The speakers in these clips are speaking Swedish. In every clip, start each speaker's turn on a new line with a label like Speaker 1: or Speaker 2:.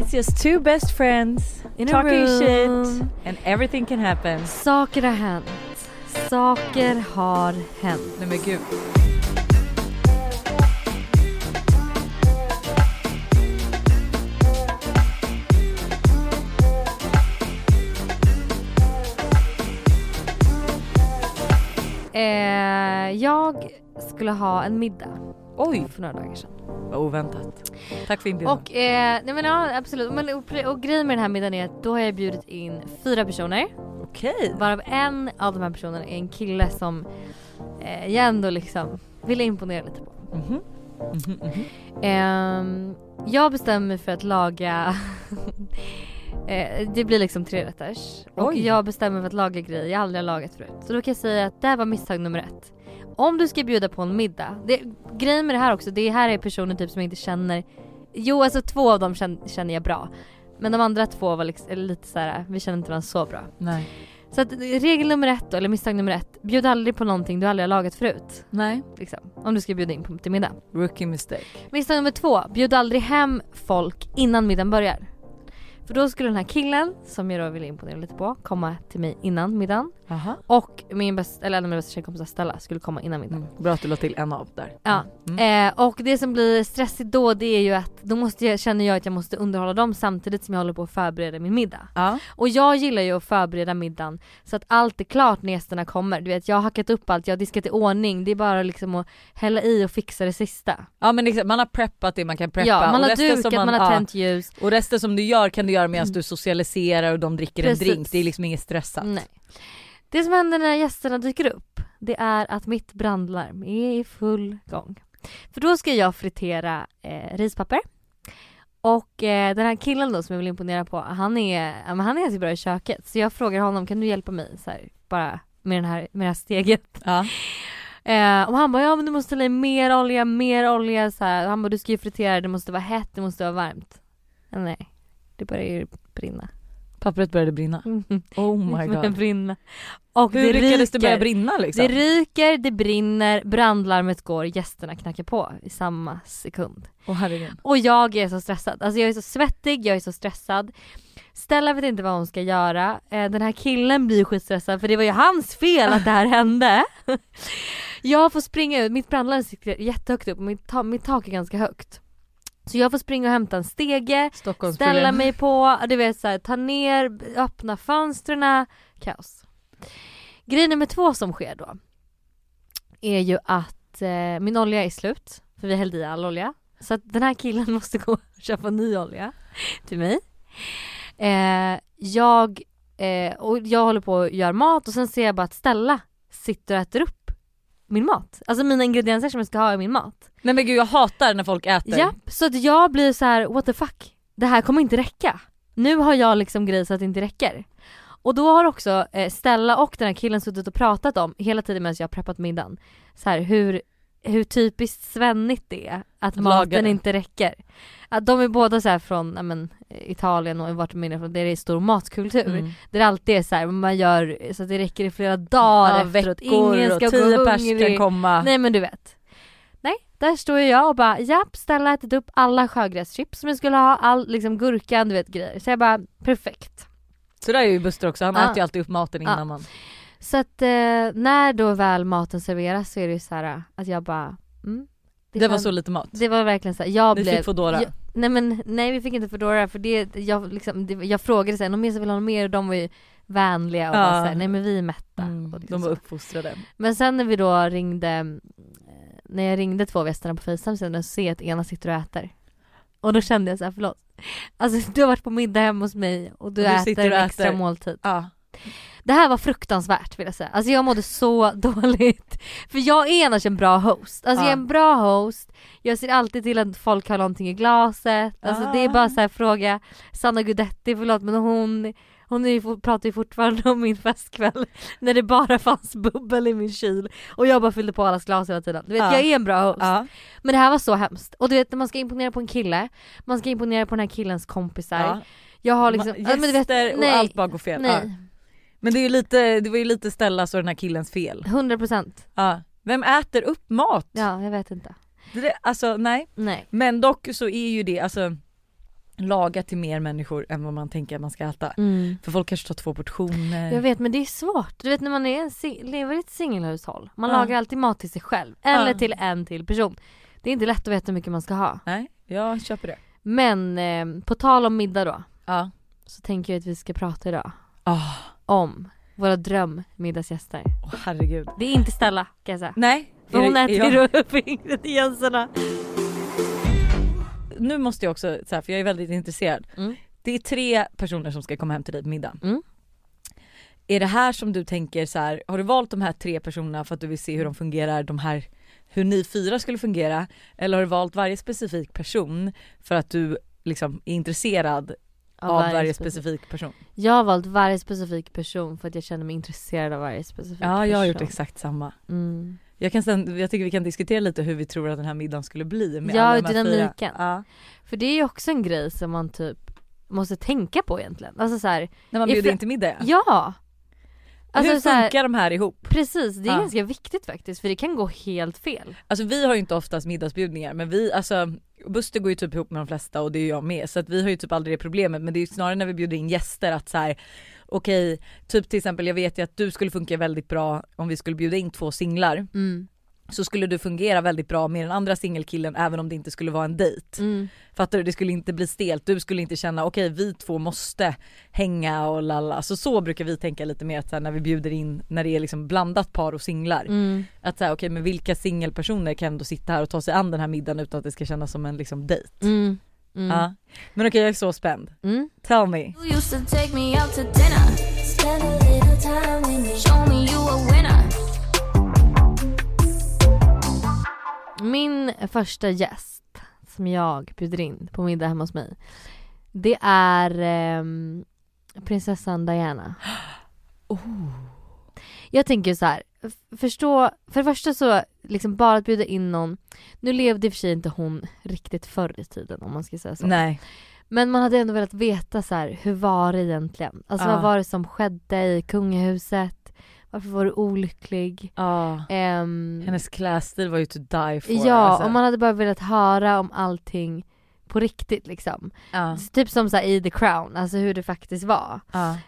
Speaker 1: It's just two best friends
Speaker 2: in
Speaker 1: talking
Speaker 2: a room.
Speaker 1: shit and everything can happen.
Speaker 2: Saker har hänt. Saker har hänt.
Speaker 1: Nej men gud.
Speaker 2: Jag skulle ha en middag.
Speaker 1: Oj,
Speaker 2: för några dagar sedan.
Speaker 1: Oväntat. Tack för inbjudan.
Speaker 2: Och nej men ja, absolut. Men, och grejen med den här middagen är att då har jag bjudit in 4 personer.
Speaker 1: Okej.
Speaker 2: Varav en av de här personerna är en kille som jag ändå liksom vill imponera lite på. Jag bestämmer mig för att laga det blir liksom 3 rätters. Och jag bestämmer mig för att laga grejer jag aldrig har lagat förut. Så då kan jag säga att det här var misstag nummer 1. Om du ska bjuda på en middag, grejen med det här också, det här är personer typ som jag inte känner. Jo, alltså 2 av dem känner jag bra. Men de andra 2 var liksom, lite så här, vi känner inte varandra så bra.
Speaker 1: Nej.
Speaker 2: Så att regel nummer 1 då, eller misstag nummer 1, bjud aldrig på någonting du aldrig har lagat förut.
Speaker 1: Nej.
Speaker 2: Liksom, om du ska bjuda in till middag.
Speaker 1: Rookie mistake.
Speaker 2: Misstag nummer 2, bjud aldrig hem folk innan middagen börjar. För då skulle den här killen, som jag då ville imponera lite på, komma till mig innan middagen.
Speaker 1: Aha.
Speaker 2: Och en av mina bästa tjejkompisar Stella skulle komma innan middagen.
Speaker 1: Bra att du la till en av där.
Speaker 2: Ja. Och det som blir stressigt då, det är ju att då känner jag att jag måste underhålla dem samtidigt som jag håller på att förbereda min middag.
Speaker 1: Ja.
Speaker 2: Och jag gillar ju att förbereda middagen så att allt är klart när gästerna kommer. Du vet, jag har hackat upp allt, jag har diskat i ordning. Det är bara liksom att hälla i och fixa det sista.
Speaker 1: Ja, men liksom, man har preppat det man kan preppa.
Speaker 2: Ja, man
Speaker 1: och
Speaker 2: har dukat, man har tänt ljus.
Speaker 1: Och resten som du gör kan du göra medan du socialiserar och de dricker
Speaker 2: Precis.
Speaker 1: en drink. Det är liksom inget stressat.
Speaker 2: Nej. Det som händer när gästerna dyker upp, det är att mitt brandlarm är i full gång. För då ska jag fritera rispapper. Och den här killen då som jag vill imponera på, han är så bra i köket. Så jag frågar honom, kan du hjälpa mig så här, bara med det här steget?
Speaker 1: Ja.
Speaker 2: Och han bara, ja men du måste ställa i mer olja så här. Och han bara, du ska ju fritera, det måste vara hett, det måste vara varmt. Nej, det börjar ju brinna.
Speaker 1: Pappret började brinna. Oh my god.
Speaker 2: Brinna. Och
Speaker 1: hur lyckades det börja brinna liksom?
Speaker 2: Det ryker, det brinner, brandlarmet går, gästerna knackar på i samma sekund. Och jag är så stressad. Alltså jag är så svettig, jag är så stressad. Stella vet inte vad hon ska göra. Den här killen blir skitstressad för det var ju hans fel att det här hände. Jag får springa ut, mitt brandlarm sitter jättehögt upp och mitt tak är ganska högt. Så jag får springa och hämta en stege, ställa mig på, du vet så här, ta ner, öppna fönstren, kaos. Grej nummer 2 som sker då är ju att min olja är slut, för vi hällde i all olja. Så att den här killen måste gå och köpa ny olja till mig. Jag håller på att göra mat och sen ser jag bara att Stella sitter och äter upp min mat. Alltså mina ingredienser som jag ska ha i min mat.
Speaker 1: Nej men gud, jag hatar när folk äter.
Speaker 2: Ja, så att jag blir så här: what the fuck? Det här kommer inte räcka. Nu har jag liksom grejer så att det inte räcker. Och då har också Stella och den här killen suttit och pratat om hela tiden medan jag har preppat middagen. Så här, hur typiskt svennigt det är att maten inte räcker. Att de är båda så här från Italien och vart de är från, där det är stor matkultur. Där det alltid är så här, man gör så att det räcker i flera dagar efteråt. Ingen ska
Speaker 1: och 10
Speaker 2: gå
Speaker 1: pers
Speaker 2: hungrig.
Speaker 1: kan komma.
Speaker 2: Nej men du vet. Nej, där står jag och bara, Stella ätit upp alla sjögräschips som jag skulle ha, all liksom gurkan, du vet, grejer. Så jag bara, perfekt.
Speaker 1: Så där är ju Buster också, han äter ju alltid upp maten innan man.
Speaker 2: Så att när då väl maten serveras så är det ju så här att jag bara
Speaker 1: det var så lite mat.
Speaker 2: Det var verkligen så här,
Speaker 1: vi fick Foodora.
Speaker 2: Nej, vi fick inte Foodora för jag frågade sen om jag vill ha mer och de var ju vänliga och bara så här, nej men vi är mätta.
Speaker 1: De var uppfostrade.
Speaker 2: Men sen när vi då när jag ringde 2 västarna på FaceTime sen och ser att ena sitter och äter. Och då kände jag så här, förlåt. Alltså du har varit på middag hemma hos mig och du äter en extra måltid.
Speaker 1: Ja.
Speaker 2: Det här var fruktansvärt vill jag säga. Alltså jag mådde så dåligt. För jag är annars en bra host. Alltså jag är en bra host. Jag ser alltid till att folk har någonting i glaset. Alltså det är bara så här fråga Sanna Gudetti, förlåt, men hon pratar ju fortfarande om min festkväll när det bara fanns bubbel i min kyl och jag bara fyllde på allas glas hela tiden. Du vet, jag är en bra host. Men det här var så hemskt. Och du vet, när man ska imponera på en kille, man ska imponera på den här killens kompisar. Jag har liksom
Speaker 1: gäster och allt bara går fel. Nej. Men det var ju lite Stellas och den här killens fel.
Speaker 2: 100%.
Speaker 1: Ja. Vem äter upp mat?
Speaker 2: Ja, jag vet inte.
Speaker 1: Alltså nej. Men dock så är ju det, alltså laga till mer människor än vad man tänker att man ska äta. För folk kanske tar 2 portioner.
Speaker 2: Jag vet, men det är svårt. Du vet när man lever i ett singelhushåll. Man lagar alltid mat till sig själv. Eller till en till person. Det är inte lätt att veta hur mycket man ska ha.
Speaker 1: Nej, jag köper det.
Speaker 2: Men på tal om middag då. Så tänker jag att vi ska prata idag. Om våra drömmiddagsgäster.
Speaker 1: Herregud.
Speaker 2: Det är inte Stella, kan jag säga.
Speaker 1: Nej.
Speaker 2: För hon äter upp ingredienserna.
Speaker 1: Nu måste jag också, så här, för jag är väldigt intresserad. Det är 3 personer som ska komma hem till dig på middag. Är det här som du tänker så här, har du valt de här 3 personerna för att du vill se hur de fungerar, hur ni 4 skulle fungera? Eller har du valt varje specifik person för att du liksom är intresserad av varje specifik person?
Speaker 2: Jag har valt varje specifik person för att jag känner mig intresserad av varje specifik person.
Speaker 1: Ja, jag har gjort exakt samma. Jag tycker vi kan diskutera lite hur vi tror att den här middagen skulle bli med alla de här
Speaker 2: dynamiken. 4. För det är ju också en grej som man typ måste tänka på egentligen. Alltså så här,
Speaker 1: när man bjuder in till middag.
Speaker 2: Ja.
Speaker 1: Alltså, hur funkar de här ihop?
Speaker 2: Precis, det är ganska viktigt faktiskt. För det kan gå helt fel.
Speaker 1: Alltså vi har ju inte oftast middagsbjudningar. Men Buster går ju typ ihop med de flesta. Och det är jag med. Så att vi har ju typ aldrig det problemet. Men det är ju snarare när vi bjuder in gäster att så här, okej, typ till exempel jag vet ju att du skulle funka väldigt bra om vi skulle bjuda in 2 singlar. Så skulle du fungera väldigt bra med den andra singelkillen även om det inte skulle vara en dejt. Fattar du? Det skulle inte bli stelt. Du skulle inte känna okej, vi 2 måste hänga och lalla. Så brukar vi tänka lite mer att så här, när vi bjuder in, när det är liksom blandat par och singlar. Att säga okej, men vilka singelpersoner kan ändå sitta här och ta sig an den här middagen utan att det ska kännas som en liksom dejt. Ja. Men okej, jag är så spänd. Tell me. You used to take me out to dinner. Spend a little time with me. Show me you a winner.
Speaker 2: Min första gäst som jag bjuder in på middag hemma hos mig, det är prinsessan Diana. Jag tänker så här, för det första så liksom bara att bjuda in någon. Nu levde i och för sig inte hon riktigt förr i tiden, om man ska säga så.
Speaker 1: Nej.
Speaker 2: Men man hade ändå velat veta så här, hur var det egentligen? Alltså vad var det som skedde i kungahuset? Varför var du olycklig?
Speaker 1: Hennes klädstil var ju to die for.
Speaker 2: Ja, alltså. Och man hade bara velat höra om allting på riktigt liksom. Typ som så här, i The Crown, alltså hur det faktiskt var.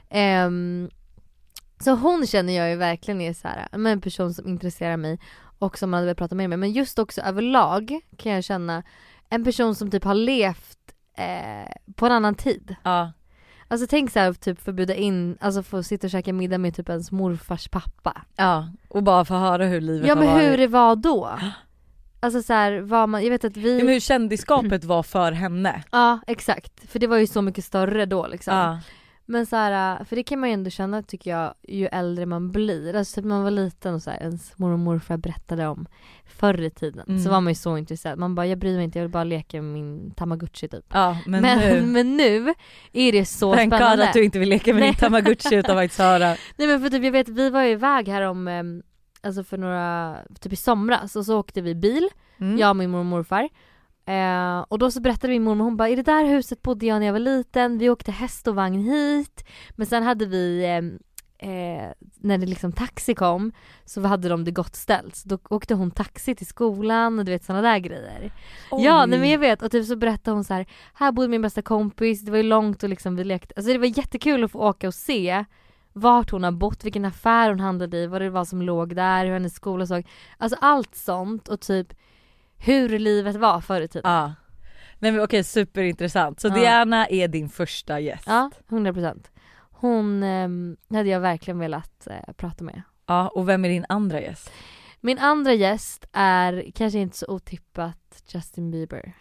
Speaker 2: Så hon känner jag ju verkligen är så här, en person som intresserar mig och som man hade velat prata med mig. Men just också överlag kan jag känna en person som typ har levt på en annan tid. Alltså tänk så här, typ för bjuda in, alltså få sitta och käka middag med typ ens morfars pappa.
Speaker 1: Ja, och bara få höra hur livet
Speaker 2: har varit. Ja, men
Speaker 1: hur
Speaker 2: det var då. Alltså så här, jag vet att vi...
Speaker 1: Ja, men hur kändisskapet var för henne.
Speaker 2: Ja, exakt. För det var ju så mycket större då liksom. Men så här, för det kan man ju ändå känna, tycker jag, ju äldre man blir. Alltså typ man var liten och så här, ens mormor och morfar berättade om förr i tiden. Så var man ju så intresserad. Man bara, jag bryr mig inte, jag vill bara leka med min Tamagotchi typ.
Speaker 1: Ja, men
Speaker 2: nu är det så spännande.
Speaker 1: Tänk att du inte vill leka med din Tamagotchi utan faktiskt höra.
Speaker 2: Nej, men för typ jag vet, vi var ju iväg här om, alltså för några, typ i somras. Och så åkte vi bil, jag och min mormor och morfar. Och då så berättade min mormor, hon bara, i det där huset bodde jag när jag var liten. Vi åkte häst och vagn hit. Men sen hade vi när det liksom taxi kom, så hade de det gott ställt. Så då åkte hon taxi till skolan och du vet såna där grejer. Ja, nej, men jag vet. Och typ så berättade hon så här bodde min bästa kompis. Det var ju långt och liksom vi lekte. Alltså det var jättekul att få åka och se vart hon har bott, vilken affär hon handlade i, vad det var som låg där, hur hennes skola såg. Alltså allt sånt och typ hur livet var förr i tiden.
Speaker 1: Ja. Nej, men okej, superintressant. Så Diana är din första gäst.
Speaker 2: Ja, 100%. Hon hade jag verkligen velat prata med.
Speaker 1: Ja, och vem är din andra gäst?
Speaker 2: Min andra gäst är kanske inte så otippat Justin Bieber.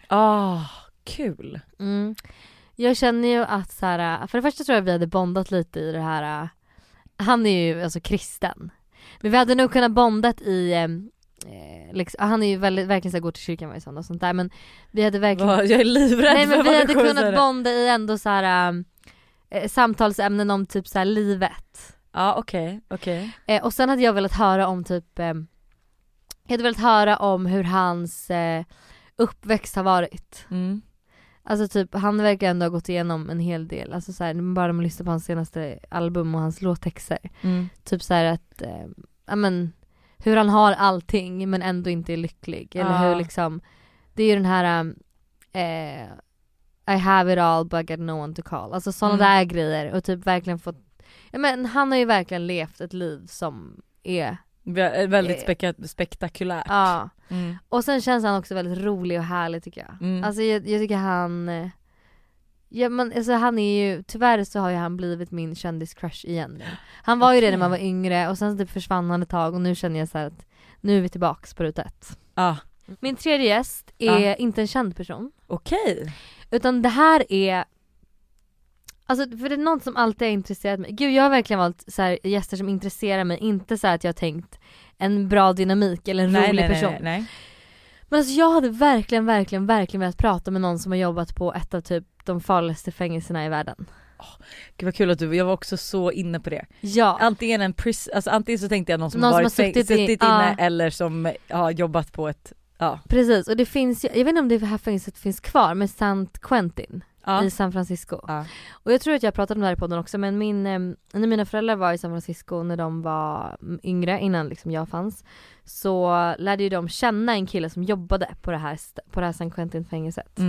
Speaker 1: Kul.
Speaker 2: Jag känner ju att så här, för det första tror jag vi hade bondat lite i det här. Han är ju alltså kristen. Men vi hade nog kunnat bondat i liksom, han är ju verkligen så här, går till kyrkan varje söndag och sånt där, men vi hade verkligen
Speaker 1: jag är livrädd.
Speaker 2: Nej, men vi hade kunnat bonda i ändå så här samtalsämnen om typ så här livet.
Speaker 1: Ja, okej.
Speaker 2: Och sen hade jag velat höra om typ jag hade velat höra om hur hans uppväxt har varit. Alltså typ, han verkar ändå ha gått igenom en hel del. Alltså så här, bara man lyssnar på hans senaste album och hans låttexter. Typ så här att men hur han har allting men ändå inte är lycklig. Eller hur liksom, det är ju den här I have it all but I got no one to call. Alltså sådana där grejer. Och typ verkligen fått... Ja, men han har ju verkligen levt ett liv som är...
Speaker 1: väldigt spektakulärt.
Speaker 2: Ja. Och sen känns han också väldigt rolig och härlig tycker jag. Alltså jag tycker han... Ja, men alltså han är ju... Tyvärr så har ju han blivit min kändiscrush igen nu. Han var ju det när man var yngre och sen typ försvann han ett tag och nu känner jag så här att nu är vi tillbaks på ruta 1. Min tredje gäst är inte en känd person.
Speaker 1: Okej.
Speaker 2: Utan det här är... Alltså för det är något som alltid har intresserat mig. Gud, jag har verkligen valt så här, gäster som intresserar mig. Inte så här att jag har tänkt en bra dynamik eller en rolig person.
Speaker 1: Nej.
Speaker 2: Men alltså jag hade verkligen velat prata med någon som har jobbat på ett av typ de farligaste fängelserna i världen.
Speaker 1: Gud vad kul att jag var också så inne på det.
Speaker 2: Ja.
Speaker 1: Antingen så tänkte jag någon som har suttit inne eller som har jobbat på ett... Ja.
Speaker 2: Precis, och det finns, jag vet inte om det här fängelset finns kvar, men San Quentin i San Francisco. Och jag tror att jag pratade om det här i podden också, men när mina föräldrar var i San Francisco när de var yngre, innan liksom jag fanns, så lärde ju de känna en kille som jobbade på det här San Quentin fängelset.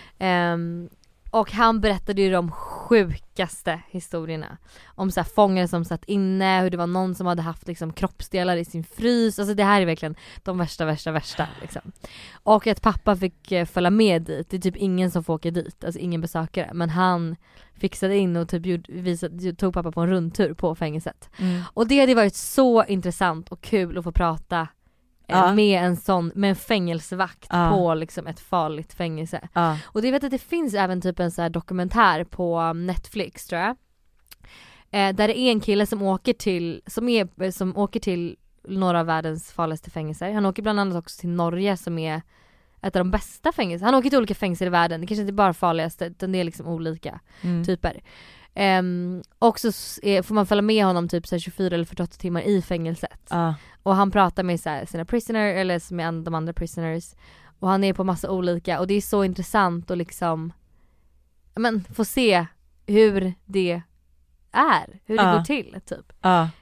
Speaker 2: Och han berättade ju de sjukaste historierna om så här fångar som satt inne, hur det var någon som hade haft liksom kroppsdelar i sin frys. Alltså det här är verkligen de värsta liksom. Och att pappa fick följa med dit. Det är typ ingen som får åka dit, alltså ingen besökare, men han fixade in och typ tog pappa på en rundtur på fängelset. Och det hade varit så intressant och kul att få prata med en fängelsevakt på liksom ett farligt fängelse. Och det vet att det finns även typ en så här dokumentär på Netflix tror jag. Där det är en kille som åker till några av världens farligaste fängelser. Han åker bland annat också till Norge som är ett av de bästa fängelser. Han åker till olika fängelser i världen. Det kanske inte bara farligaste, utan det är liksom olika typer. Och så får man följa med honom typ så här 24 eller 48 timmar i fängelset. Och han pratar med så här, sina prisoner eller med de andra prisoners. Och han är på massa olika. Och det är så intressant att liksom få se hur det är. Hur det går till typ.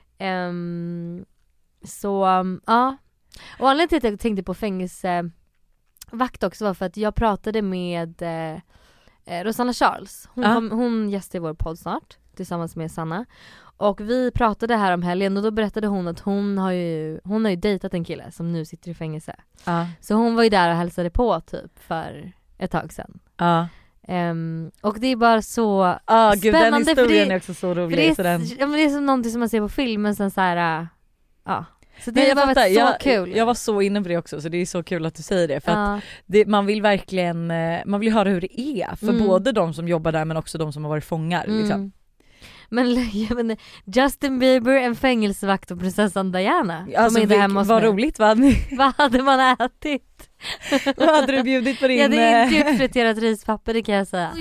Speaker 2: Och anledningen till att jag tänkte på fängelsevakt också var för att jag pratade med Rosanna Charles. Hon gästade vår podd snart tillsammans med Sanna. Och vi pratade här om helgen och då berättade hon att hon har ju dejtat en kille som nu sitter i fängelse. Så hon var ju där och hälsade på typ för ett tag sedan. Och det är bara så spännande.
Speaker 1: Gud, den historien är också så rolig.
Speaker 2: Det är som någonting som man ser på film, men sen så här, så det var så kul.
Speaker 1: Jag var så inne på det också, så det är så kul att du säger det. För att man vill verkligen höra hur det är. För både de som jobbar där men också de som har varit fångar. Liksom.
Speaker 2: Men Justin Bieber, en fängelsevakt och prinsessan Diana.
Speaker 1: Alltså, vad roligt, vad
Speaker 2: hade man ätit?
Speaker 1: Vad hade du bjudit på din...
Speaker 2: Ja, det är inte gjort friterat rispapper, det kan jag säga.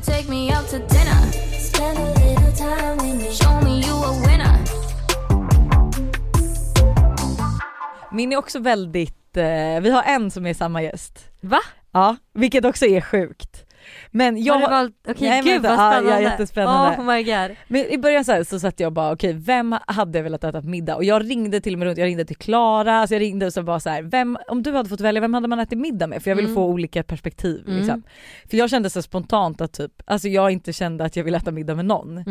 Speaker 1: Min är också väldigt... vi har en som är samma gäst.
Speaker 2: Va?
Speaker 1: Ja, vilket också är sjukt. Men jag
Speaker 2: gud vad spännande.
Speaker 1: Ja, jättespännande.
Speaker 2: Oh my god.
Speaker 1: Men i början så satt jag bara vem hade velat äta middag? Och jag ringde till och med runt, jag ringde till Klara, så jag ringde och så bara så här, om du hade fått välja, vem hade man ätit middag med? För jag ville få olika perspektiv liksom. För jag kände så spontant att typ, alltså jag inte kände att jag ville äta middag med någon.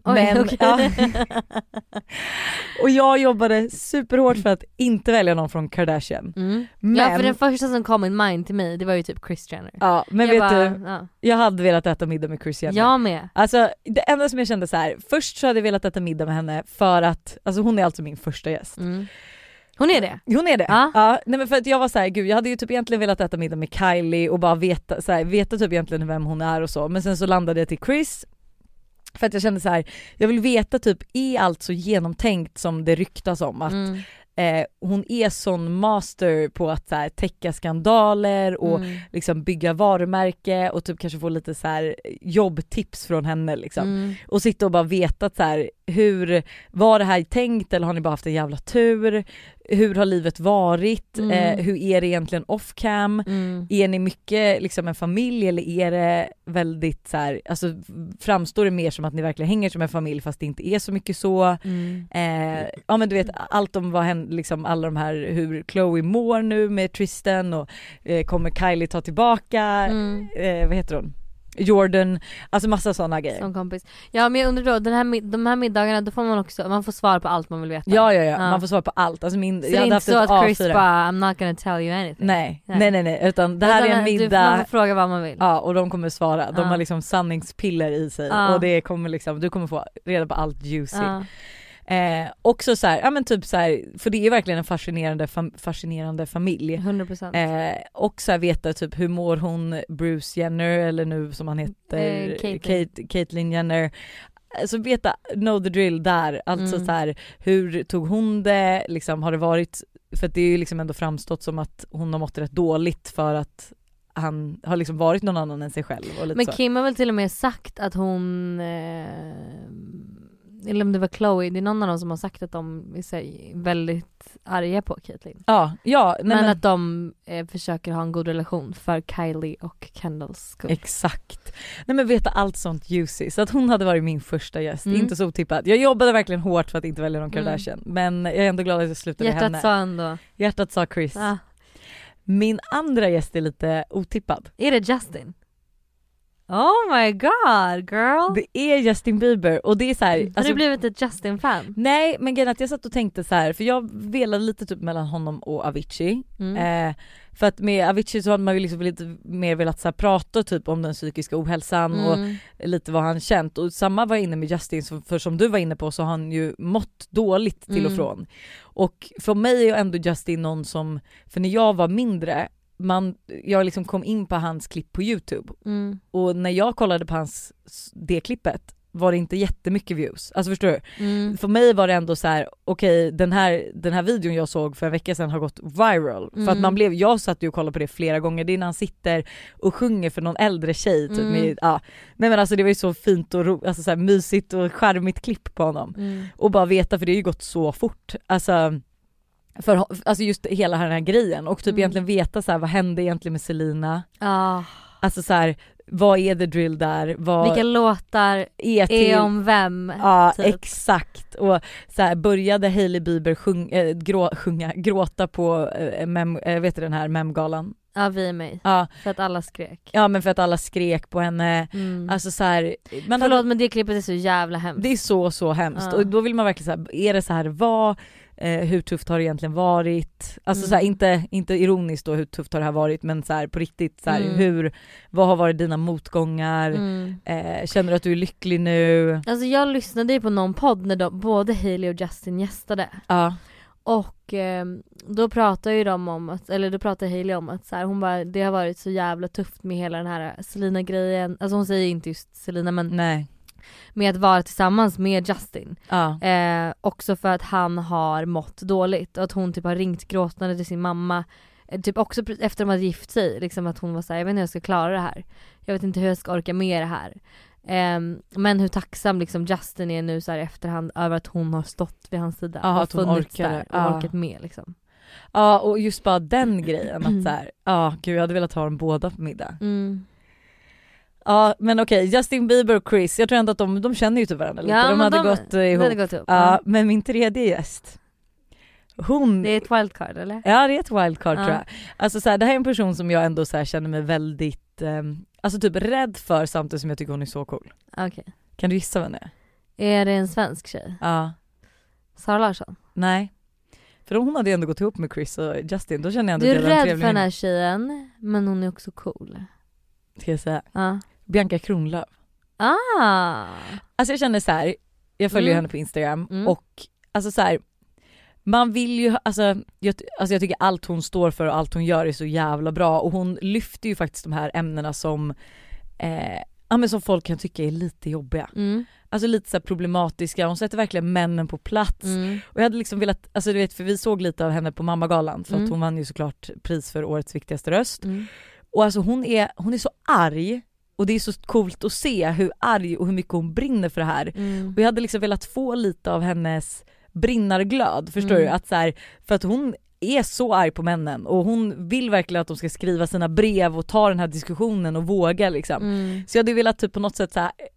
Speaker 1: Och jag jobbade superhårt för att inte välja någon från Kardashian.
Speaker 2: Men för den första som kom in mind till mig, det var ju typ Kris Jenner.
Speaker 1: Ja, men jag hade velat äta middag med Kris Jenner.
Speaker 2: Jag med.
Speaker 1: Alltså det enda som jag kände så här, först så hade jag velat äta middag med henne för att, alltså hon är alltså min första gäst.
Speaker 2: Hon är det?
Speaker 1: Hon är det. Ja, nej men för att jag var så här, gud jag hade ju typ egentligen velat äta middag med Kylie och bara veta typ egentligen vem hon är och så. Men sen så landade jag till Kris. För att jag kände så här, jag vill veta typ, är allt så genomtänkt som det ryktas om att hon är sån master på att så här, täcka skandaler och liksom bygga varumärke och typ kanske få lite så här jobbtips från henne liksom. Och sitta och bara veta så här, hur var det här tänkt, eller har ni bara haft en jävla tur? Hur har livet varit? Hur är det egentligen off cam? Är ni mycket liksom en familj, eller är det väldigt så här, alltså framstår det mer som att ni verkligen hänger som en familj fast det inte är så mycket så? Ja men du vet allt om vad händer, liksom alla de här, hur Chloe mår nu med Tristan och kommer Kylie ta tillbaka vad heter hon? Jordan, alltså massa sådana grejer.
Speaker 2: Som kompis. Ja, men jag undrar då, de här middagarna, då får man får svar på allt man vill veta.
Speaker 1: Ja. Man får svar på allt. Alltså
Speaker 2: så det är inte så att Chris bara, I'm not gonna tell you anything.
Speaker 1: Nej. Utan det här är en middag.
Speaker 2: Man får fråga vad man vill.
Speaker 1: Ja, och de kommer svara. De har liksom sanningspiller i sig. Och det kommer liksom, du kommer få reda på allt juicy. Också så här, ja men typ så här, för det är verkligen en fascinerande familj.
Speaker 2: 100%.
Speaker 1: Och så här veta typ hur mår hon, Bruce Jenner, eller nu som han heter Caitlyn Jenner. Så veta, know the drill där. Alltså så här, hur tog hon det, liksom har det varit, för att det är ju liksom ändå framstått som att hon har mått rätt dåligt för att han har liksom varit någon annan än sig själv och lite.
Speaker 2: Men
Speaker 1: så.
Speaker 2: Kim har väl till och med sagt att hon eller om det var Chloe, det är någon av dem som har sagt att de är väldigt arga på Caitlyn.
Speaker 1: Ja,
Speaker 2: men att de försöker ha en god relation för Kylie och Kendalls skull.
Speaker 1: Exakt. Nej, men veta allt sånt juicy. Så att hon hade varit min första gäst. Inte så otippat. Jag jobbade verkligen hårt för att inte välja någon Kardashian. Men jag är ändå glad att jag slutade henne. Hjärtat sa Chris. Min andra gäst är lite otippad.
Speaker 2: Är det Justin? Oh my god, girl.
Speaker 1: Det är Justin Bieber och det är så här,
Speaker 2: har du blivit ett Justin-fan?
Speaker 1: Nej, men grejen att jag satt och tänkte så här, för jag velade lite typ mellan honom och Avicii. För att med Avicii så hade man ju liksom lite mer velat så här prata typ om den psykiska ohälsan och lite vad han känt. Och samma var jag inne med Justin, för som du var inne på så har han ju mått dåligt till och från. Och för mig är ändå Justin någon som, för när jag var mindre, jag liksom kom in på hans klipp på YouTube och när jag kollade på det klippet var det inte jättemycket views. Alltså förstår du? För mig var det ändå så här: okej, den här videon jag såg för en vecka sedan har gått viral. För att jag satt ju och kollade på det flera gånger. Det är när han sitter och sjunger för någon äldre tjej typ med, nej men alltså det var ju så fint och alltså så här mysigt och charmigt klipp på honom. Och bara veta, för det har ju gått så fort. Alltså just hela den här grejen och typ egentligen veta så här, vad hände egentligen med Selena? Alltså så här, vad är the drill där?
Speaker 2: Vilka låtar är om vem?
Speaker 1: Ja, typ. Exakt. Och så här, började Hailey Bieber gråta på vet du den här memgalan?
Speaker 2: Ja, VMA. För att alla skrek.
Speaker 1: Ja, men för att alla skrek på henne. Alltså så här,
Speaker 2: men det klippet är så jävla hemskt.
Speaker 1: Det är så hemskt. Och då vill man verkligen så här, är det så här, hur tufft har det egentligen varit? Alltså så här, inte ironiskt då hur tufft har det här varit, men så här, på riktigt så här, vad har varit dina motgångar? Känner du att du är lycklig nu?
Speaker 2: Alltså jag lyssnade ju på någon podd när både Hailey och Justin gästade. Och då pratade ju de om att, eller då pratade Hailey om att så här, hon bara, det har varit så jävla tufft med hela den här Selena-grejen. Alltså hon säger inte just Selena, men med att vara tillsammans med Justin. Också för att han har mått dåligt och att hon typ har ringt gråtande till sin mamma typ också efter att de hade gift sig, liksom att hon var såhär, jag vet inte hur jag ska klara det här, jag vet inte hur jag ska orka med det här. Men hur tacksam liksom Justin är nu så här i efterhand över att hon har stått vid hans sida och
Speaker 1: att hon
Speaker 2: där och orkat med liksom.
Speaker 1: Ja, och just bara den grejen att så här, gud, jag hade velat ha dem båda på middag. Ja, men okej, Justin Bieber och Chris, jag tror ändå att de känner ju till varandra lite. De hade gått ihop. Men min tredje gäst, det
Speaker 2: är ett wildcard, eller?
Speaker 1: Ja, det är ett wildcard tror jag. Alltså så här, det här är en person som jag ändå så här känner mig väldigt alltså typ rädd för, samtidigt som jag tycker hon är så cool.
Speaker 2: Okej.
Speaker 1: Kan du gissa vem det är?
Speaker 2: Är det en svensk tjej?
Speaker 1: Ja.
Speaker 2: Sara Larsson?
Speaker 1: Nej. För hon hade ju ändå gått ihop med Chris och Justin, då känner jag ändå
Speaker 2: du är rädd för den här tjejen, men hon är också cool.
Speaker 1: Ska jag säga? Bianca Kronlöf. Alltså jag känner så här, jag följer henne på Instagram och alltså så här, man vill ju, jag tycker allt hon står för och allt hon gör är så jävla bra, och hon lyfter ju faktiskt de här ämnena som men som folk kan tycka är lite jobbiga. Alltså lite så här problematiska. Hon sätter verkligen männen på plats. Och jag hade liksom velat, alltså du vet, för vi såg lite av henne på Mammagalan, för att hon vann ju såklart pris för årets viktigaste röst. Och alltså hon är så arg, och det är så coolt att se hur arg och hur mycket hon brinner för det här. Och jag hade liksom velat få lite av hennes brinnarglöd, förstår du? Att så här, för att hon är så arg på männen och hon vill verkligen att de ska skriva sina brev och ta den här diskussionen och våga liksom. Så jag hade velat typ på något sätt så här,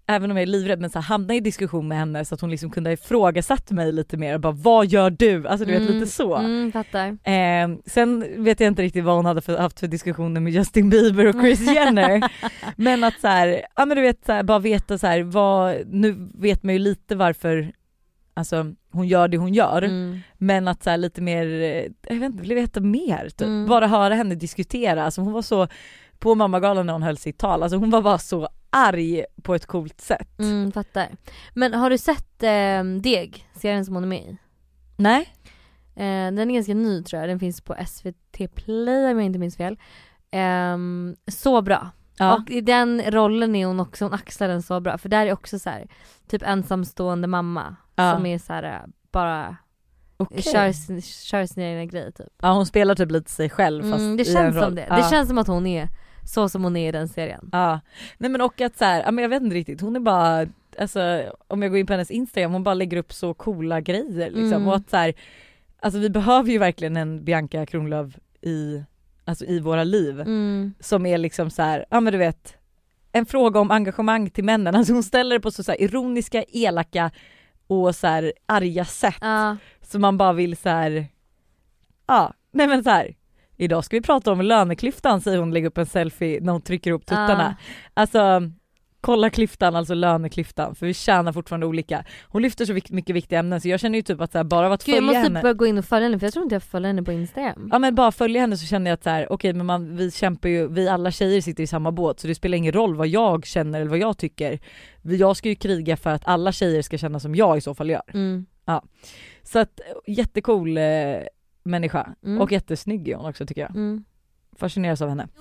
Speaker 1: även om jag är livrädd, men så här, hamna i diskussion med henne så att hon liksom kunde ifrågasätta mig lite mer och bara, vad gör du? Alltså du vet, lite så.
Speaker 2: Fattar.
Speaker 1: Sen vet jag inte riktigt vad hon hade haft för diskussioner med Justin Bieber och Kris Jenner. Men att så här, ja men du vet så här, bara veta så här, nu vet man ju lite varför alltså hon gör det hon gör, men att så här, lite mer, jag vet inte, vill veta mer typ. Bara höra henne diskutera. Alltså hon var så på Mammagalan när hon höll sitt tal, alltså hon var bara så arg på ett coolt sätt.
Speaker 2: Fattar. Men har du sett Deg, serien som hon är med i?
Speaker 1: Nej.
Speaker 2: Den är ganska ny tror jag. Den finns på SVT Play om jag inte minns fel. Så bra. Ja. Och i den rollen är hon också, hon axlar den så bra. För där är också så här, typ ensamstående mamma som är så här, bara kör sina egna grejer typ.
Speaker 1: Ja, hon spelar typ lite sig själv fast
Speaker 2: det känns som det. Det känns som att hon är så som hon är i den serien. Ja.
Speaker 1: Nej men och att så här, men jag vet inte riktigt, hon är bara, alltså om jag går in på hennes Instagram, hon bara lägger upp så coola grejer liksom. Och att så här, alltså vi behöver ju verkligen en Bianca Kronlöf i våra liv som är liksom så här, ja men du vet, en fråga om engagemang till männen. Alltså hon ställer det på så här ironiska, elaka och så här arga sätt. Så man bara vill så här, nej men så här, idag ska vi prata om löneklyftan, säger hon, lägger upp en selfie när hon trycker upp tuttarna. Alltså kolla klyftan, alltså löneklyftan, för vi tjänar fortfarande olika. Hon lyfter så mycket viktiga ämnen, så jag känner ju typ att så här, bara av att följa henne. Jag måste
Speaker 2: bara gå in och följa henne, för jag tror inte jag följer henne på Instagram.
Speaker 1: Ja men bara följa henne så känner jag att så här, okej, men vi kämpar ju, vi alla tjejer sitter i samma båt, så det spelar ingen roll vad jag känner eller vad jag tycker. Jag ska ju kriga för att alla tjejer ska känna som jag i så fall gör. Ja. Så att jättecool människa och jättesnygg är hon också tycker jag. Fascineras av henne.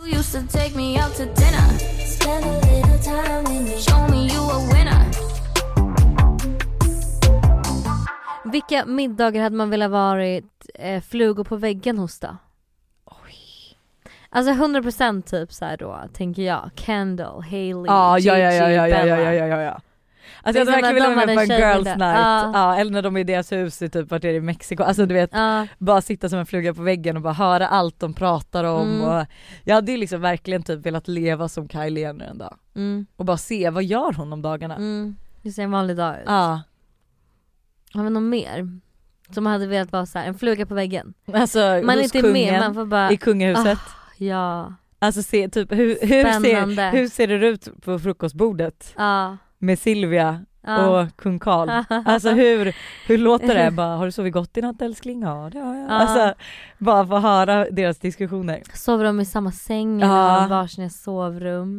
Speaker 2: Vilka middagar hade man velat varit flugor på väggen hos då?
Speaker 1: Oj.
Speaker 2: Alltså 100% typ så här då, tänker jag. Kendall, Hailey,
Speaker 1: ja. Alltså jag verkligen vill vara med på en girls night. Eller när de är i deras hus i typ vart är det i Mexiko. Alltså du vet, bara sitta som en fluga på väggen och bara höra allt de pratar om. Och jag hade ju liksom verkligen typ velat leva som Kylie Jenner en dag. Och bara se, vad gör hon om dagarna?
Speaker 2: Det ser en vanlig dag ut. Har vi något mer som hade velat vara så här, en fluga på väggen?
Speaker 1: Alltså man är inte kungen, med, man får bara i kungahuset.
Speaker 2: Ja.
Speaker 1: Alltså se typ hur ser det ut på frukostbordet? Med Silvia och kung Carl. Alltså hur låter det? Bara, har du sovit gott i natt älskling? Ja, det har jag. Alltså bara få höra deras diskussioner.
Speaker 2: Sover de i samma säng eller varsina sovrum?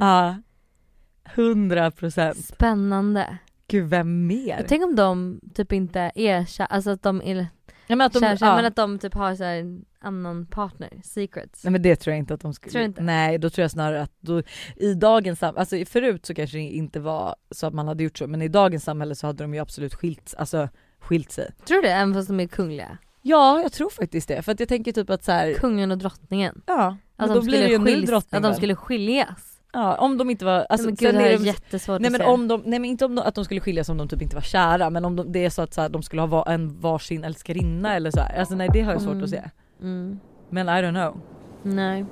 Speaker 1: 100%.
Speaker 2: Spännande.
Speaker 1: Gud, vem mer?
Speaker 2: Tänk om de typ inte är alltså att de är men att de typ har så här en annan partner, secrets.
Speaker 1: Nej men det tror jag inte att de skulle.
Speaker 2: Tror inte.
Speaker 1: Nej, då tror jag snarare att i dagens alltså förut så kanske det inte var så att man hade gjort så, men i dagens samhälle så hade de ju absolut skilt sig.
Speaker 2: Tror du det, även fast de är kungliga?
Speaker 1: Ja, jag tror faktiskt det, för att jag tänker typ att så här,
Speaker 2: kungen och drottningen.
Speaker 1: Ja, att då blir det ju en ny drottning.
Speaker 2: Att de skulle skiljas.
Speaker 1: Ja, om de inte var, alltså,
Speaker 2: men gud, det här är jättesvårt
Speaker 1: att säga. Nej men inte om att de skulle skiljas om de typ inte var kära, men om det är så att så här, de skulle ha en varsin älskarinna eller så här. Alltså nej, det har jag svårt att se. Men I don't know.
Speaker 2: Nej.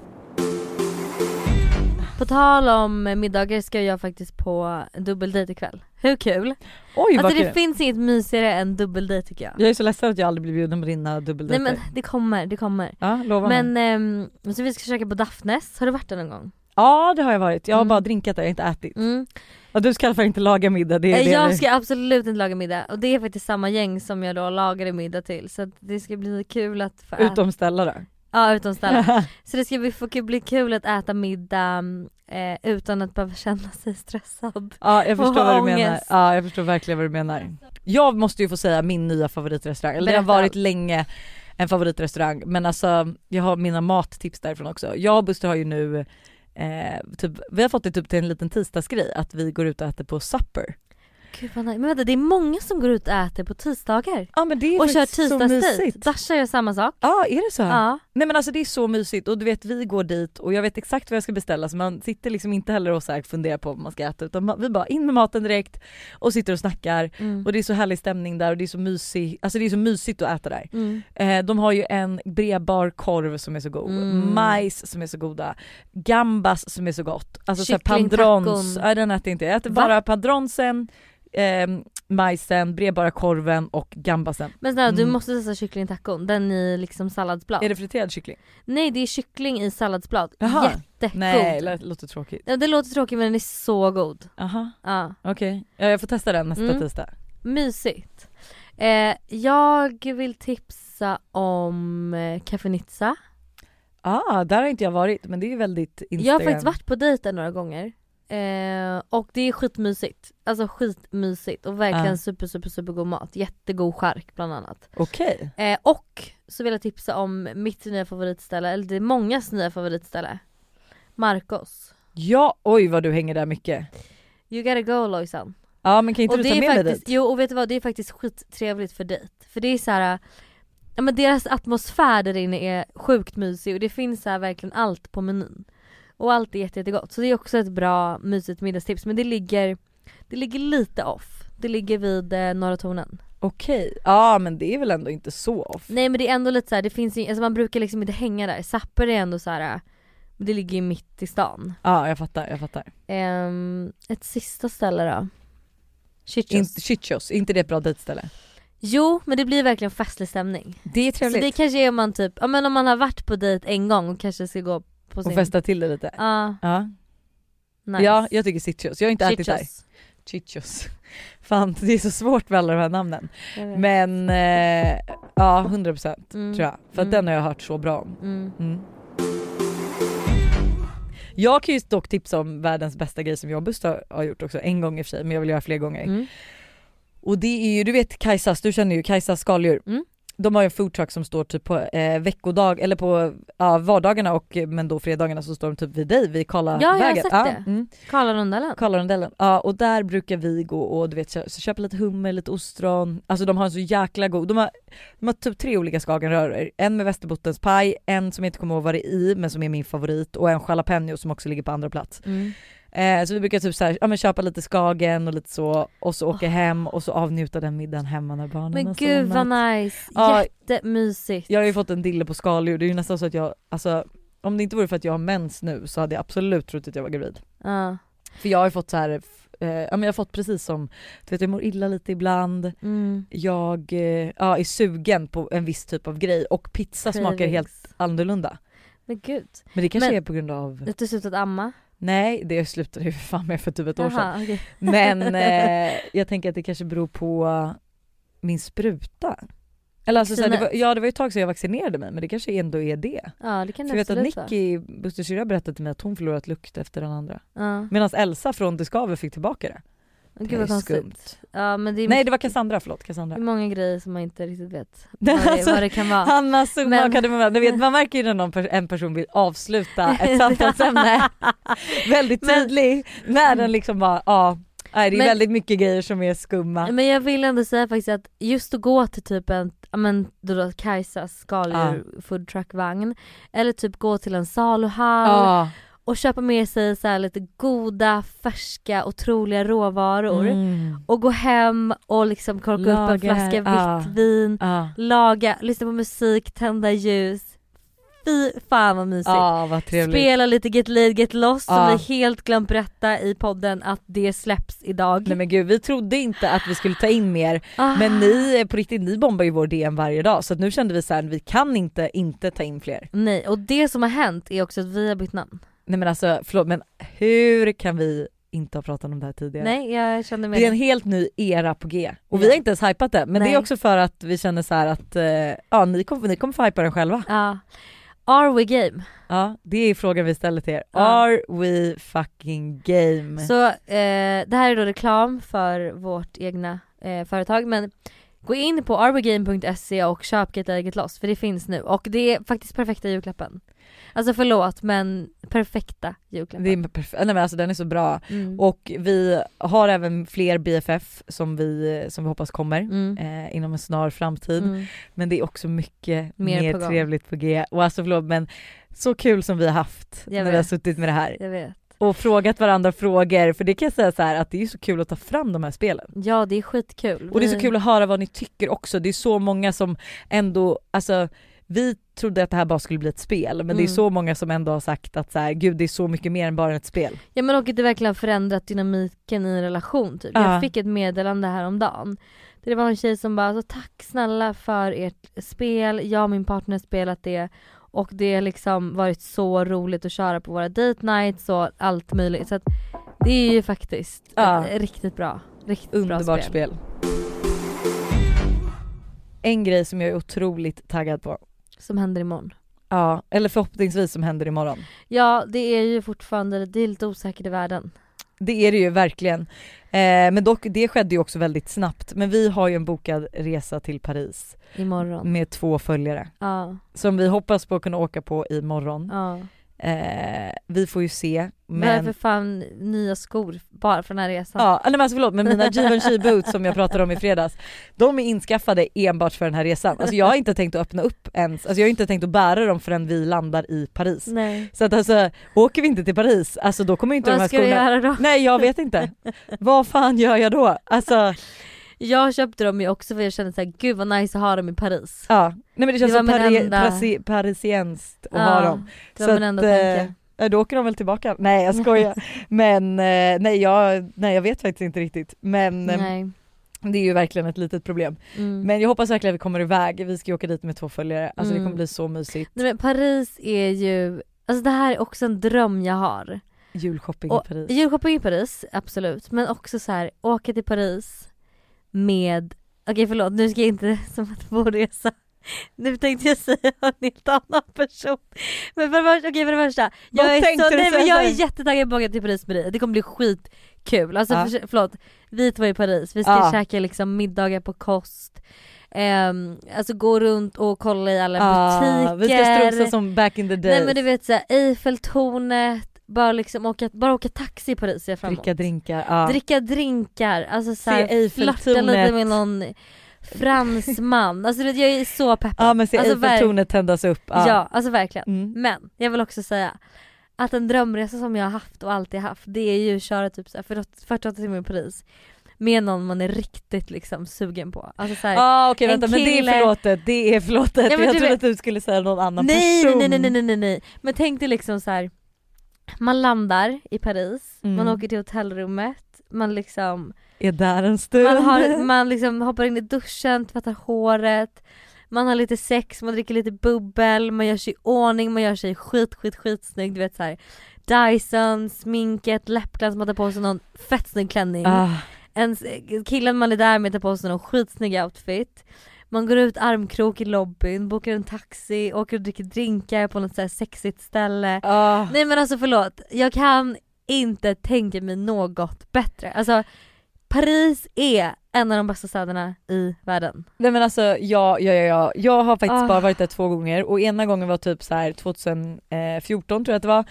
Speaker 2: På tal om middagar ska jag faktiskt på dubbeldejt ikväll. Hur kul?
Speaker 1: Oj,
Speaker 2: alltså det finns inget mysigare än dubbeldejt tycker jag.
Speaker 1: Jag är så ledsen att jag aldrig blir bjuden på dina dubbeldejter.
Speaker 2: Nej men det kommer.
Speaker 1: Ja, lovar.
Speaker 2: Men så vi ska käka på Daphnes. Har du varit där någon gång?
Speaker 1: Ja, det har jag varit. Jag har bara drinkat där, jag har inte ätit. Och du ska i alla fall inte laga middag.
Speaker 2: Jag ska absolut inte laga middag. Och det är faktiskt samma gäng som jag då lagade middag till. Så att det ska bli kul att få äta.
Speaker 1: Utom Stella då?
Speaker 2: Ja, utom Stella. Så det ska bli kul att äta middag utan att behöva känna sig stressad.
Speaker 1: Ja, jag förstår vad du menar. Ja, jag förstår verkligen vad du menar. Jag måste ju få säga min nya favoritrestaurang. Eller det har varit länge en favoritrestaurang. Men alltså, jag har mina mattips därifrån också. Jag och Buster har ju nu typ, vi har fått det typ till en liten tisdagsgrej att vi går ut och äter på supper.
Speaker 2: Gud, men vänta, det är många som går ut och äter på tisdagar.
Speaker 1: Ja, men det är
Speaker 2: och kör
Speaker 1: så mysigt.
Speaker 2: Dasha gör samma sak.
Speaker 1: Ja, är det så?
Speaker 2: Ja.
Speaker 1: Nej men alltså det är så mysigt och du vet vi går dit och jag vet exakt vad jag ska beställa så man sitter liksom inte heller och så här funderar på vad man ska äta utan vi bara in med maten direkt och sitter och snackar och det är så härlig stämning där och det är så mysigt, alltså det är så mysigt att äta där. De har ju en bredbar korv som är så god, majs som är så goda, gambas som är så gott, alltså så här padrons, den äter inte, jag äter bara padronsen, majsen, bredbara korven och gambasen.
Speaker 2: Men snälla, du måste testa kycklingtacon, den i liksom salladsblad.
Speaker 1: Är det friterad kyckling?
Speaker 2: Nej, det är kyckling i salladsblad.
Speaker 1: Jaha.
Speaker 2: Jättegod.
Speaker 1: Nej, det låter tråkigt.
Speaker 2: Ja, det låter tråkigt men den är så god.
Speaker 1: Aha.
Speaker 2: Ja.
Speaker 1: Okej. Ja, jag får testa den nästa tisdag.
Speaker 2: Mysigt. Jag vill tipsa om Café Nizza.
Speaker 1: Där har inte jag varit, men det är ju väldigt Instagram.
Speaker 2: Jag har faktiskt varit på dejten några gånger. Och det är skitmysigt. Alltså skitmysigt och verkligen super god mat. Jättegod chark bland annat.
Speaker 1: Okej.
Speaker 2: Och så vill jag tipsa om mitt nya favoritställe, eller det är mångas nya favoritställe. Marcos.
Speaker 1: Ja, oj vad du hänger där mycket.
Speaker 2: You gotta go, Lojsan.
Speaker 1: Ja, men kan inte du ta med mig dit?
Speaker 2: Jo, och vet du vad, det är faktiskt skittrevligt för dejt. För det är så här, ja men deras atmosfär där inne är sjukt mysig och det finns så här verkligen allt på menyn. Och allt är jättegott. Så det är också ett bra mysigt middagstips. Men det ligger lite off. Det ligger vid Norra Tornen.
Speaker 1: Okej. Ja, men det är väl ändå inte så off.
Speaker 2: Nej, men det är ändå lite så här, det finns alltså man brukar liksom inte hänga där. Sapper är ändå så här, det ligger ju mitt i stan.
Speaker 1: Ja, jag fattar.
Speaker 2: Ett sista ställe då.
Speaker 1: Chichos, inte det ett bra dejtställe?
Speaker 2: Jo, men det blir verkligen festlig stämning.
Speaker 1: Det är trevligt.
Speaker 2: Så det kanske är om man typ, ja men om man har varit på dejt en gång och kanske ska gå på sin...
Speaker 1: Och festa till det lite.
Speaker 2: Ja. Nice.
Speaker 1: Ja, jag tycker Chichos. Jag har inte ätit där. Chichos. Fan, det är så svårt med alla de här namnen. Men ja, 100% tror jag. För att den har jag hört så bra om. Jag kan ju dock tipsa om världens bästa grej som jag och Buster har gjort också en gång i och för sig, men jag vill göra fler gånger. Och det är ju, du vet Kajsas, du känner ju Kajsas skaldjur. De har ju en foodtruck som står typ på veckodag eller på vardagarna men då fredagarna så står de typ vid dig vid Karlavägen.
Speaker 2: Ja, jag har sett det. Karlarondellen. Ja, och där brukar vi gå och du vet så köpa lite hummer, lite ostron. Alltså de har en så jäkla god. De har typ 3 olika skagenröror. En med västerbottenspaj, en som jag inte kommer ihåg vad det är i men som är min favorit och en jalapeno som också ligger på andra plats. Så vi brukar typ så här, ja, men köpa lite skagen och lite så och så åka hem och så avnjuta den middagen hemma när barnen har somnat. Men gud vad nice, jättemysigt.
Speaker 1: Jag har ju fått en dille på skaldjur, det är ju nästan så att jag, alltså om det inte vore för att jag har mens nu så hade jag absolut trott att jag var gravid. För jag har ju fått så här, ja men jag har fått precis som, du vet jag mår illa lite ibland, jag är sugen på en viss typ av grej och pizza smakar helt annorlunda.
Speaker 2: Men gud.
Speaker 1: Men det kanske är på grund av...
Speaker 2: Att du slutat amma?
Speaker 1: Nej, det slutade ju fan med för typ ett år sedan.
Speaker 2: Okay.
Speaker 1: Men jag tänker att det kanske beror på min spruta. Eller alltså, såhär, det var ju ett tag sedan jag vaccinerade mig, men det kanske ändå är det.
Speaker 2: Ja, det kan
Speaker 1: för
Speaker 2: det
Speaker 1: jag vet att Nicky, Busters syrra, berättade till mig att hon förlorat lukt efter den andra. Medan Elsa från Discover fick tillbaka det.
Speaker 2: Gud vad konstigt. Ja, men det är
Speaker 1: nej, det var Cassandra, förlåt. Cassandra.
Speaker 2: Det är många grejer som man inte riktigt vet vad det kan vara.
Speaker 1: Hanna Summa du vet, man märker ju när en person vill avsluta ett samtalsämne väldigt tydligt när den liksom bara, det är väldigt mycket grejer som är skumma.
Speaker 2: Men jag vill ändå säga faktiskt att just att gå till typ en Kajsas skaldjur foodtruckvagn eller typ gå till en saluhall och köpa med sig så här lite goda, färska, otroliga råvaror och gå hem och liksom korka upp en flaska vitt vin, laga, lyssna på musik, tända ljus. Fy fan vad mysigt.
Speaker 1: Vad trevligt.
Speaker 2: Spela lite Get Laid Get Lost som vi helt glömt berätta i podden att det släpps idag.
Speaker 1: Nej men gud, vi trodde inte att vi skulle ta in mer, men ni på riktigt, ni bombar ju vår DM varje dag, så att nu kände vi så här, vi kan inte ta in fler.
Speaker 2: Nej, och det som har hänt är också att vi har bytt namn.
Speaker 1: Nej men alltså, förlåt, men hur kan vi inte ha pratat om det här tidigare?
Speaker 2: Nej, jag känner med
Speaker 1: det är en helt ny era på G. Och vi har inte ens hypat det, men det är också för att vi känner så här att ni kommer få hypa den själva.
Speaker 2: Ja. Are we game?
Speaker 1: Ja, det är frågan vi ställer till er. Are we fucking game?
Speaker 2: Så det här är då reklam för vårt egna företag, men gå in på arwegame.se och köp Get Laid Get Lost, för det finns nu och det är faktiskt perfekta julklappen. Alltså förlåt, men perfekta julklappar.
Speaker 1: Det är nej men alltså den är så bra. Och vi har även fler BFF som vi hoppas kommer inom en snar framtid. Men det är också mycket mer trevligt på G. Och alltså förlåt, men så kul som vi har haft när vi har suttit med det här.
Speaker 2: Jag vet.
Speaker 1: Och frågat varandra frågor, för det kan jag säga så här att det är så kul att ta fram de här spelen.
Speaker 2: Ja, det är skitkul.
Speaker 1: Och det är så kul att höra vad ni tycker också. Det är så många som ändå, alltså vi trodde att det här bara skulle bli ett spel, men det är så många som ändå har sagt att så här, gud det är så mycket mer än bara ett spel.
Speaker 2: Ja, men och det verkligen har förändrat dynamiken i en relation typ. Jag fick ett meddelande här om dagen. Det var en tjej som bara, alltså, tack snälla för ert spel, jag och min partner har spelat det. Och det har liksom varit så roligt att köra på våra date nights och allt möjligt. Så att det är ju faktiskt riktigt bra. Riktigt
Speaker 1: underbart
Speaker 2: bra spel. En
Speaker 1: grej som jag är otroligt taggad på.
Speaker 2: Som händer imorgon.
Speaker 1: Ja, eller förhoppningsvis som händer imorgon.
Speaker 2: Ja, det är ju fortfarande, det är lite osäkert i världen.
Speaker 1: Det är det ju verkligen. Men dock, det skedde ju också väldigt snabbt. Men vi har ju en bokad resa till Paris.
Speaker 2: Imorgon.
Speaker 1: Med 2 följare.
Speaker 2: Ja.
Speaker 1: Som vi hoppas på att kunna åka på imorgon.
Speaker 2: Ja.
Speaker 1: Vi får ju se.
Speaker 2: Men för fan nya skor bara för den här resan.
Speaker 1: Ja, eller men förlåt, men mina Givenchy boots som jag pratade om i fredags, de är inskaffade enbart för den här resan. Alltså jag har inte tänkt att öppna upp ens, alltså jag har inte tänkt att bära dem förrän vi landar i Paris.
Speaker 2: Nej.
Speaker 1: Så att alltså, åker vi inte till Paris, alltså då kommer inte de här skorna...
Speaker 2: Vad ska du göra då?
Speaker 1: Nej, jag vet inte. Vad fan gör jag då? Alltså...
Speaker 2: Jag köpte dem ju också för jag kände såhär, gud vad nice att ha dem i Paris.
Speaker 1: Ja, nej men det känns så parisienskt att ha dem.
Speaker 2: Det var min enda tanke.
Speaker 1: Då åker de väl tillbaka. Nej, jag skojar. Men nej, jag vet faktiskt inte riktigt. Men det är ju verkligen ett litet problem. Men jag hoppas verkligen att vi kommer iväg. Vi ska åka dit med 2 följare. Alltså det kommer bli så mysigt.
Speaker 2: Nej, men Paris är ju, alltså det här är också en dröm jag har.
Speaker 1: Julshopping i Paris.
Speaker 2: Julshopping i Paris, absolut. Men också så här, åka till Paris med, okej förlåt, nu ska jag inte som att få resa. Nu tänkte jag säga en helt annan person. Men för det första, jag är jättetaggad på att åka till Paris med dig. Det kommer bli skitkul. Alltså förlåt, vi var i Paris. Vi ska käka liksom middagar på kost. Alltså gå runt och kolla i alla butiker.
Speaker 1: Vi ska strosa som back in the days.
Speaker 2: Nej men du vet såhär, Eiffeltornet. Bara liksom åka taxi i Paris.
Speaker 1: Dricka drinkar.
Speaker 2: Dricka drinkar. Alltså såhär, flirta lite med någon fransman. Alltså jag är så peppad.
Speaker 1: Ja men se alltså, Eiffeltornet tändas upp.
Speaker 2: Ja alltså verkligen. Men jag vill också säga att en drömresa som jag har haft och alltid haft, det är ju att köra typ så här 48 timmar i Paris med någon man är riktigt liksom sugen på. Alltså såhär,
Speaker 1: okej, vänta, men det är förlåtet. Ja, jag trodde att du skulle säga någon annan person.
Speaker 2: Nej. Men tänk dig liksom så här, man landar i Paris, man åker till hotellrummet, man liksom
Speaker 1: är där en stund.
Speaker 2: Man liksom hoppar in i duschen, tvättar håret, man har lite sex, man dricker lite bubbel, man gör sig i ordning, man gör sig skitsnygg, du vet så här. Dyson, sminket, läppglans, man tar på sig någon fett snygg klänning. Killen man är där med tar på sig någon skitsnygg outfit. Man går ut armkrok i lobbyn, bokar en taxi, åker och dricker drinkar på något så här sexigt ställe. Nej men alltså förlåt, jag kan inte tänka mig något bättre. Alltså Paris är en av de bästa städerna i världen.
Speaker 1: Nej men alltså jag har faktiskt bara varit där 2 gånger och ena gången var typ så här 2014 tror jag att det var.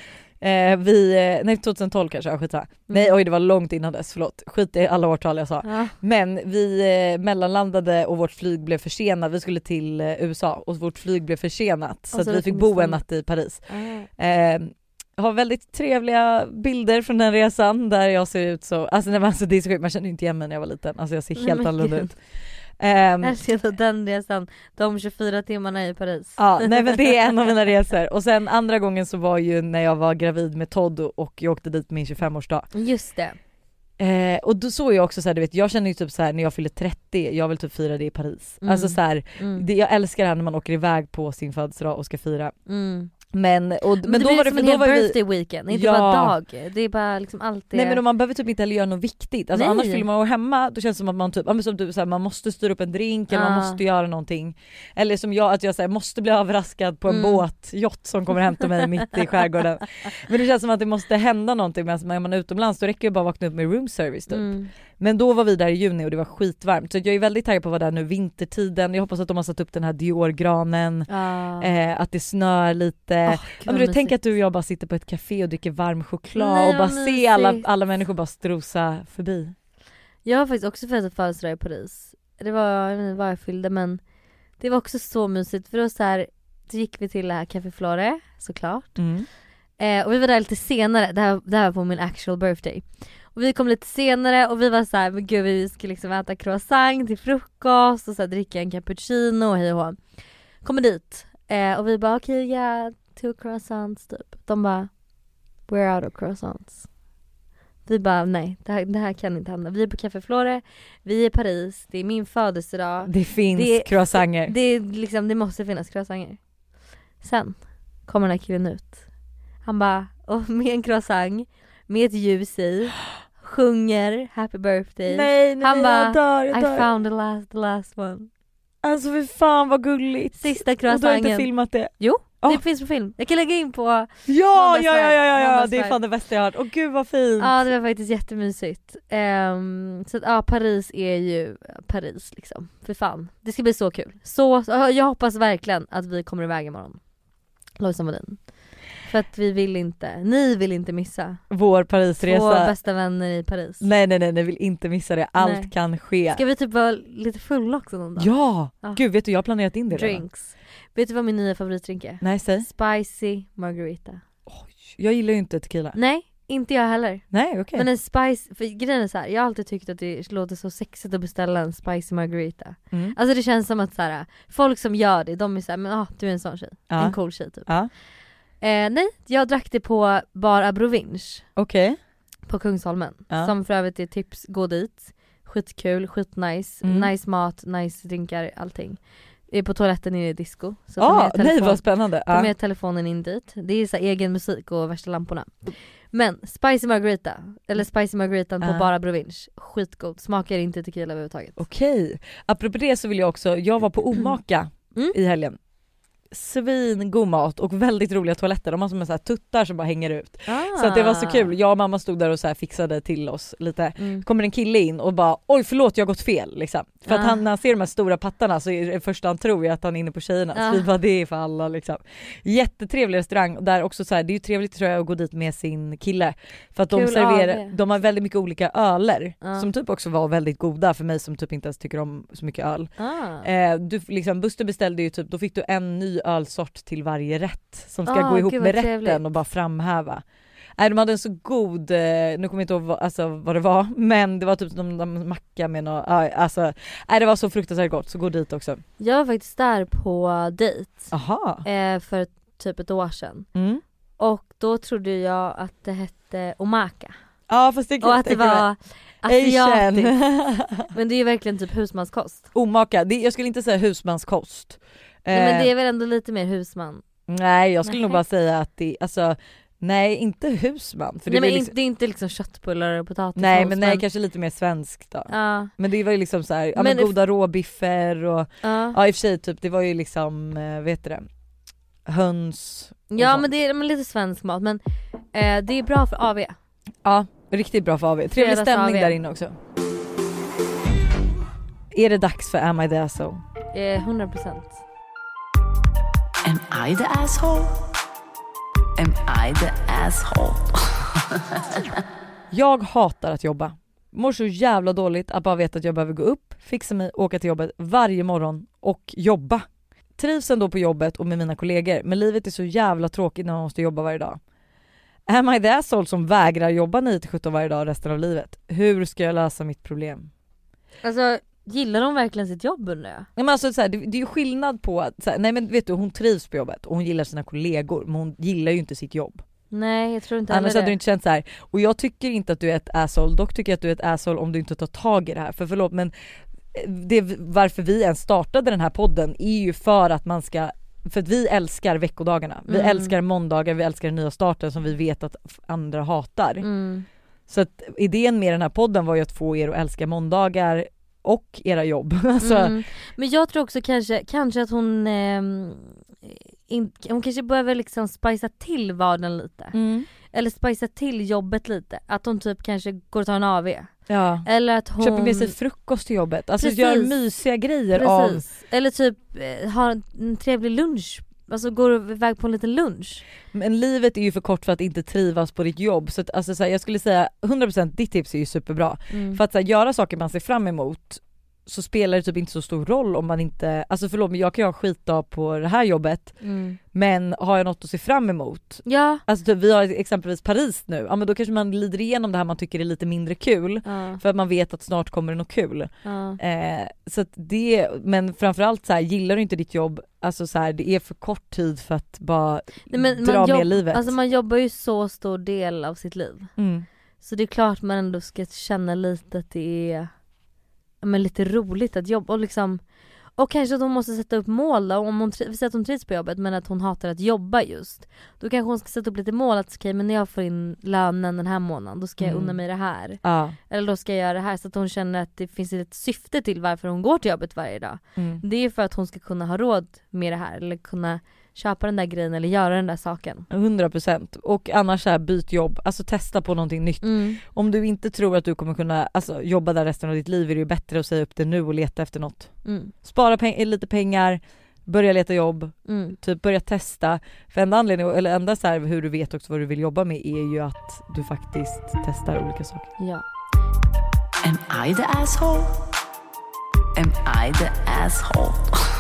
Speaker 1: 2012 kanske, skitsa. Nej oj, det var långt innan dess, förlåt. Skit i alla årtal jag sa. Men vi mellanlandade och vårt flyg blev försenat. Vi skulle till USA och vårt flyg blev försenat så att vi fick bo en natt i Paris. Jag har väldigt trevliga bilder från den resan där jag ser ut så, alltså det är så sjukt, man känner inte igen mig när jag var liten. Alltså jag ser helt annorlunda ut.
Speaker 2: Jag ser den resan, de 24 timmarna i Paris.
Speaker 1: Ja, nej men det är en av mina resor. Och sen andra gången så var ju när jag var gravid med Todd och jag åkte dit min 25-årsdag.
Speaker 2: Just det.
Speaker 1: Och då såg jag också så här, du vet, jag känner ju typ så här när jag fyller 30, jag vill typ fira det i Paris. Alltså så här, jag älskar det här när man åker iväg på sin födelsedag och ska fira. Men då var det
Speaker 2: som en hel birthday weekend, inte bara dag. Det är bara liksom alltid.
Speaker 1: Nej men man behöver typ inte heller göra något viktigt. Alltså annars fyller man hemma, då känns det som att man typ, som du, så här, man måste styra upp en drink eller man måste göra någonting. Eller som jag, att jag så här, måste bli överraskad på en yacht som kommer hämta mig mitt i skärgården. Men det känns som att det måste hända någonting medan man är utomlands, då räcker det bara att vakna upp med room service typ. Men då var vi där i juni och det var skitvarmt. Så jag är väldigt taggad på att vara där nu vintertiden. Jag hoppas att de har satt upp den här Dior-granen. Att det snör lite. men du tänker att du och jag bara sitter på ett café och dricker varm choklad.
Speaker 2: Nej,
Speaker 1: och bara se alla människor bara strosa förbi.
Speaker 2: Jag har faktiskt också firat ett födelsedag i Paris. Det var, jag vet inte vad jag fyllde, men det var också så mysigt. För då så här, då gick vi till det här Café Flore, såklart. Och vi var där lite senare. Det här var på min actual birthday. Och vi kom lite senare och vi var så här, men gud, vi ska liksom äta croissant till frukost och så här, dricka en cappuccino och hej och hå. Kommer dit. Och vi bara okej, yeah, 2 croissants typ. De bara, we're out of croissants. Vi bara nej, det här kan inte hända. Vi är på Café Flore, vi är i Paris, det är min födelsedag.
Speaker 1: Det finns croissanter.
Speaker 2: Det måste finnas croissanter. Sen kommer den här killen ut. Han bara, och med en croissant med ett ljus i, sjunger happy birthday.
Speaker 1: Nej,
Speaker 2: han bara,
Speaker 1: jag dör.
Speaker 2: I found the last one.
Speaker 1: Alltså för fan vad gulligt.
Speaker 2: Sista croissanten.
Speaker 1: Och du har inte filmat det?
Speaker 2: Jo, det finns på film. Jag kan lägga in på
Speaker 1: Ja, det är fan det bästa jag har hört. Och gud vad fint.
Speaker 2: Ja, det var faktiskt jättemysigt. Så att, Paris är ju Paris liksom. För fan, det ska bli så kul. Så jag hoppas verkligen att vi kommer iväg imorgon. Lojsan Wallin. För att ni vill inte missa
Speaker 1: vår Parisresa.
Speaker 2: Våra bästa vänner i Paris.
Speaker 1: Nej, vill inte missa det. Allt kan ske.
Speaker 2: Ska vi typ vara lite fulla också någon dag?
Speaker 1: Ja, gud vet du, jag har planerat in det
Speaker 2: drinks. Vet du vad min nya favoritdrink är?
Speaker 1: Nej, säg.
Speaker 2: Spicy margarita.
Speaker 1: Jag gillar ju inte tequila.
Speaker 2: Nej, inte jag heller.
Speaker 1: Nej, okej.
Speaker 2: Men en spice, för grejen är så här, jag har alltid tyckt att det låter så sexigt att beställa en spicy margarita. Alltså det känns som att så här, folk som gör det, de är så här, men du är en sån tjej. En cool tjej typ. Nej, jag drack det på Bar Abrovinch.
Speaker 1: Okej.
Speaker 2: På Kungsholmen. Som för övrigt är tips, gå dit. Skitkul, skitnice. Nice mat, nice drinkar, allting. Är på toaletten i disco.
Speaker 1: Nej, vad spännande.
Speaker 2: Ta med telefonen in dit. Det är så här, egen musik och värsta lamporna. Men spicy margarita, eller spicy margaritan på Bar Abrovinch, skitgod. Smakar inte tequila överhuvudtaget.
Speaker 1: Okej. Apropå det så vill jag var på Omaka i helgen. Svingod mat och väldigt roliga toaletter. De har som en så här tuttar som bara hänger ut. Så att det var så kul. Jag och mamma stod där och så här fixade till oss lite. Kommer en kille in och bara, oj förlåt, jag har gått fel liksom. För att när han ser de här stora pattarna så är det första han tror att han är inne på tjejerna. Så vi bara, det är för alla liksom. Jättetrevlig restaurang. Och där också så här, det är ju trevligt tror jag att gå dit med sin kille. För att de serverar, de har väldigt mycket olika öler. Som typ också var väldigt goda för mig som typ inte ens tycker om så mycket öl. Du liksom, Buster beställde ju typ, då fick du en ny ölsort till varje rätt som ska gå ihop med rätten och bara framhäva. De hade en så god, nu kommer jag inte ihåg vad det var, men det var typ de macka med något, det var så fruktansvärt gott, så gå dit också. Jag
Speaker 2: var faktiskt där på dejt.
Speaker 1: Aha.
Speaker 2: För typ ett år sedan. Och då trodde jag att det hette Omaka.
Speaker 1: Ja, fast det
Speaker 2: och att det var asiatiskt. Men det är ju verkligen typ husmanskost.
Speaker 1: Omaka, jag skulle inte säga husmanskost.
Speaker 2: Nej, men det är väl ändå lite mer husman.
Speaker 1: Nej, jag skulle nog bara säga att det, alltså, nej, inte husman. För
Speaker 2: nej, men liksom, det är inte liksom köttbullar och potatis.
Speaker 1: Nej, men kanske lite mer svenskt då. Men det var ju liksom så här, men goda råbiffer och ja, i och för sig typ, det var ju liksom, vet du det, höns.
Speaker 2: Ja, men det är lite svensk mat, men det är bra för AV.
Speaker 1: Ja, riktigt bra för AV. Trevlig stämning där inne också. Är det dags för Am I the Asshole?
Speaker 2: 100%.
Speaker 3: Am I the asshole? Am I the asshole?
Speaker 1: Jag hatar att jobba. Mår så jävla dåligt att bara veta att jag behöver gå upp, fixa mig, åka till jobbet varje morgon och jobba. Trivs ändå på jobbet och med mina kollegor, men livet är så jävla tråkigt när man måste jobba varje dag. Am I the asshole som vägrar jobba 9-17 varje dag resten av livet? Hur ska jag lösa mitt problem?
Speaker 2: Alltså, gillar de verkligen sitt jobb undrar jag?
Speaker 1: Nej, men alltså, så här, det är ju skillnad på att, så här, nej men vet du, hon trivs på jobbet och hon gillar sina kollegor, men hon gillar ju inte sitt jobb.
Speaker 2: Nej, jag tror inte
Speaker 1: annars
Speaker 2: det.
Speaker 1: Hade du inte känt så här. Och jag tycker inte att du är ett asshole, dock tycker jag att du är ett asshole om du inte tar tag i det här. För förlåt, men varför vi ens startade den här podden är ju för att man ska, för att vi älskar veckodagarna. Vi älskar måndagar, vi älskar den nya starten som vi vet att andra hatar. Så att idén med den här podden var ju att få er att älska måndagar och era jobb. Alltså.
Speaker 2: Men jag tror också kanske att hon kanske behöver liksom spicea till vardagen lite. Eller spicea till jobbet lite. Att hon typ kanske går och tar en AV.
Speaker 1: Ja.
Speaker 2: Eller att hon
Speaker 1: köper med sig frukost till jobbet. Alltså
Speaker 2: precis.
Speaker 1: Gör mysiga grejer.
Speaker 2: Precis. Eller typ har en trevlig lunch. alltså går iväg på en liten lunch.
Speaker 1: Men livet är ju för kort för att inte trivas på ditt jobb. Så att, alltså, så här, jag skulle säga 100% ditt tips är ju superbra. För att så här, göra saker man ser fram emot, så spelar det typ inte så stor roll om man inte, alltså förlåt men jag kan ju ha skitdag på det här jobbet, men har jag något att se fram emot?
Speaker 2: Ja.
Speaker 1: Alltså typ, vi har exempelvis Paris nu, ja men då kanske man lider igenom det här man tycker är lite mindre kul, för att man vet att snart kommer det något kul. Så att det, men framförallt så här, gillar du inte ditt jobb, alltså så här, det är för kort tid för att bara dra med livet.
Speaker 2: Alltså man jobbar ju så stor del av sitt liv. Så det är klart man ändå ska känna lite att det är lite roligt att jobba och liksom, och kanske att hon måste sätta upp mål då, om hon säger att hon trivs på jobbet men att hon hatar att jobba just, då kanske hon ska sätta upp lite mål att okej, men när jag får in lönen den här månaden då ska jag unna mig det här, eller då ska jag göra det här, så att hon känner att det finns ett syfte till varför hon går till jobbet varje dag. Det är för att hon ska kunna ha råd med det här, eller kunna köpa den där grejen eller göra den där saken. 100%.
Speaker 1: Och annars så här, byt jobb, alltså testa på någonting nytt. Om du inte tror att du kommer kunna jobba där resten av ditt liv, är det ju bättre att säga upp det nu och leta efter något. Spara lite pengar, börja leta jobb, typ börja testa. För enda anledning, eller enda så här, hur du vet också vad du vill jobba med, är ju att du faktiskt testar olika saker.
Speaker 2: Ja.
Speaker 3: Am I the asshole? Am I the asshole?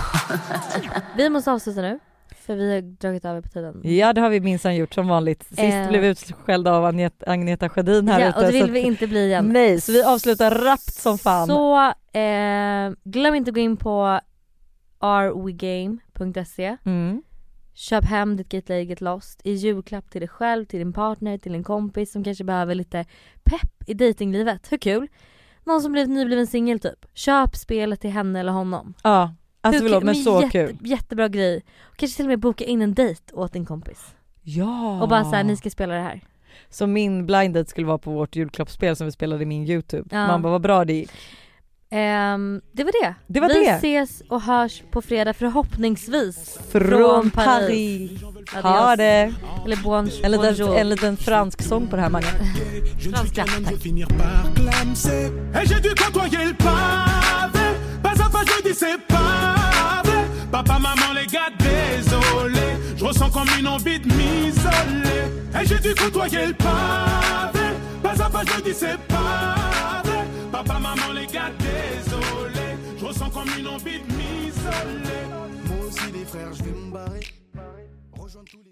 Speaker 2: Vi måste avsluta nu, för vi har dragit över på tiden.
Speaker 1: Ja, det har vi minsann gjort som vanligt. Sist blev vi utskällda av Agneta Sjödin här ute.
Speaker 2: Ja, och det vill vi inte bli igen.
Speaker 1: Nej, så vi avslutar rappt som fan.
Speaker 2: Så glöm inte att gå in på arewegame.se. Köp hem ditt Get Laid Get Lost i julklapp till dig själv, till din partner, till en kompis som kanske behöver lite pepp i datinglivet. Hur kul? Någon som blivit nybliven singel typ. Köp spelet till henne eller honom.
Speaker 1: Ja. Alltså förlåt, men så kul.
Speaker 2: Jättebra grej. Kanske till och med boka in en dejt åt din kompis.
Speaker 1: Ja.
Speaker 2: Och bara såhär, ni ska spela det här.
Speaker 1: Så min blind date skulle vara på vårt julklappsspel som vi spelade i min YouTube. Man bara, vad bra det gick.
Speaker 2: Det var det. Vi ses och hörs på fredag förhoppningsvis.
Speaker 1: Från Paris. Ha det.
Speaker 2: Eller bonjour.
Speaker 1: En liten fransk sång på det här manget.
Speaker 2: Franska, tack.
Speaker 4: Papa, maman, les gars, désolé. Je ressens comme une envie de m'isoler. Et j'ai dû côtoyer le pavé. Pas à pas, je dis c'est pas vrai. Papa, maman, les gars, désolé. Je ressens comme une envie de m'isoler. Moi aussi, les frères, je vais me barrer. Rejoindre tous les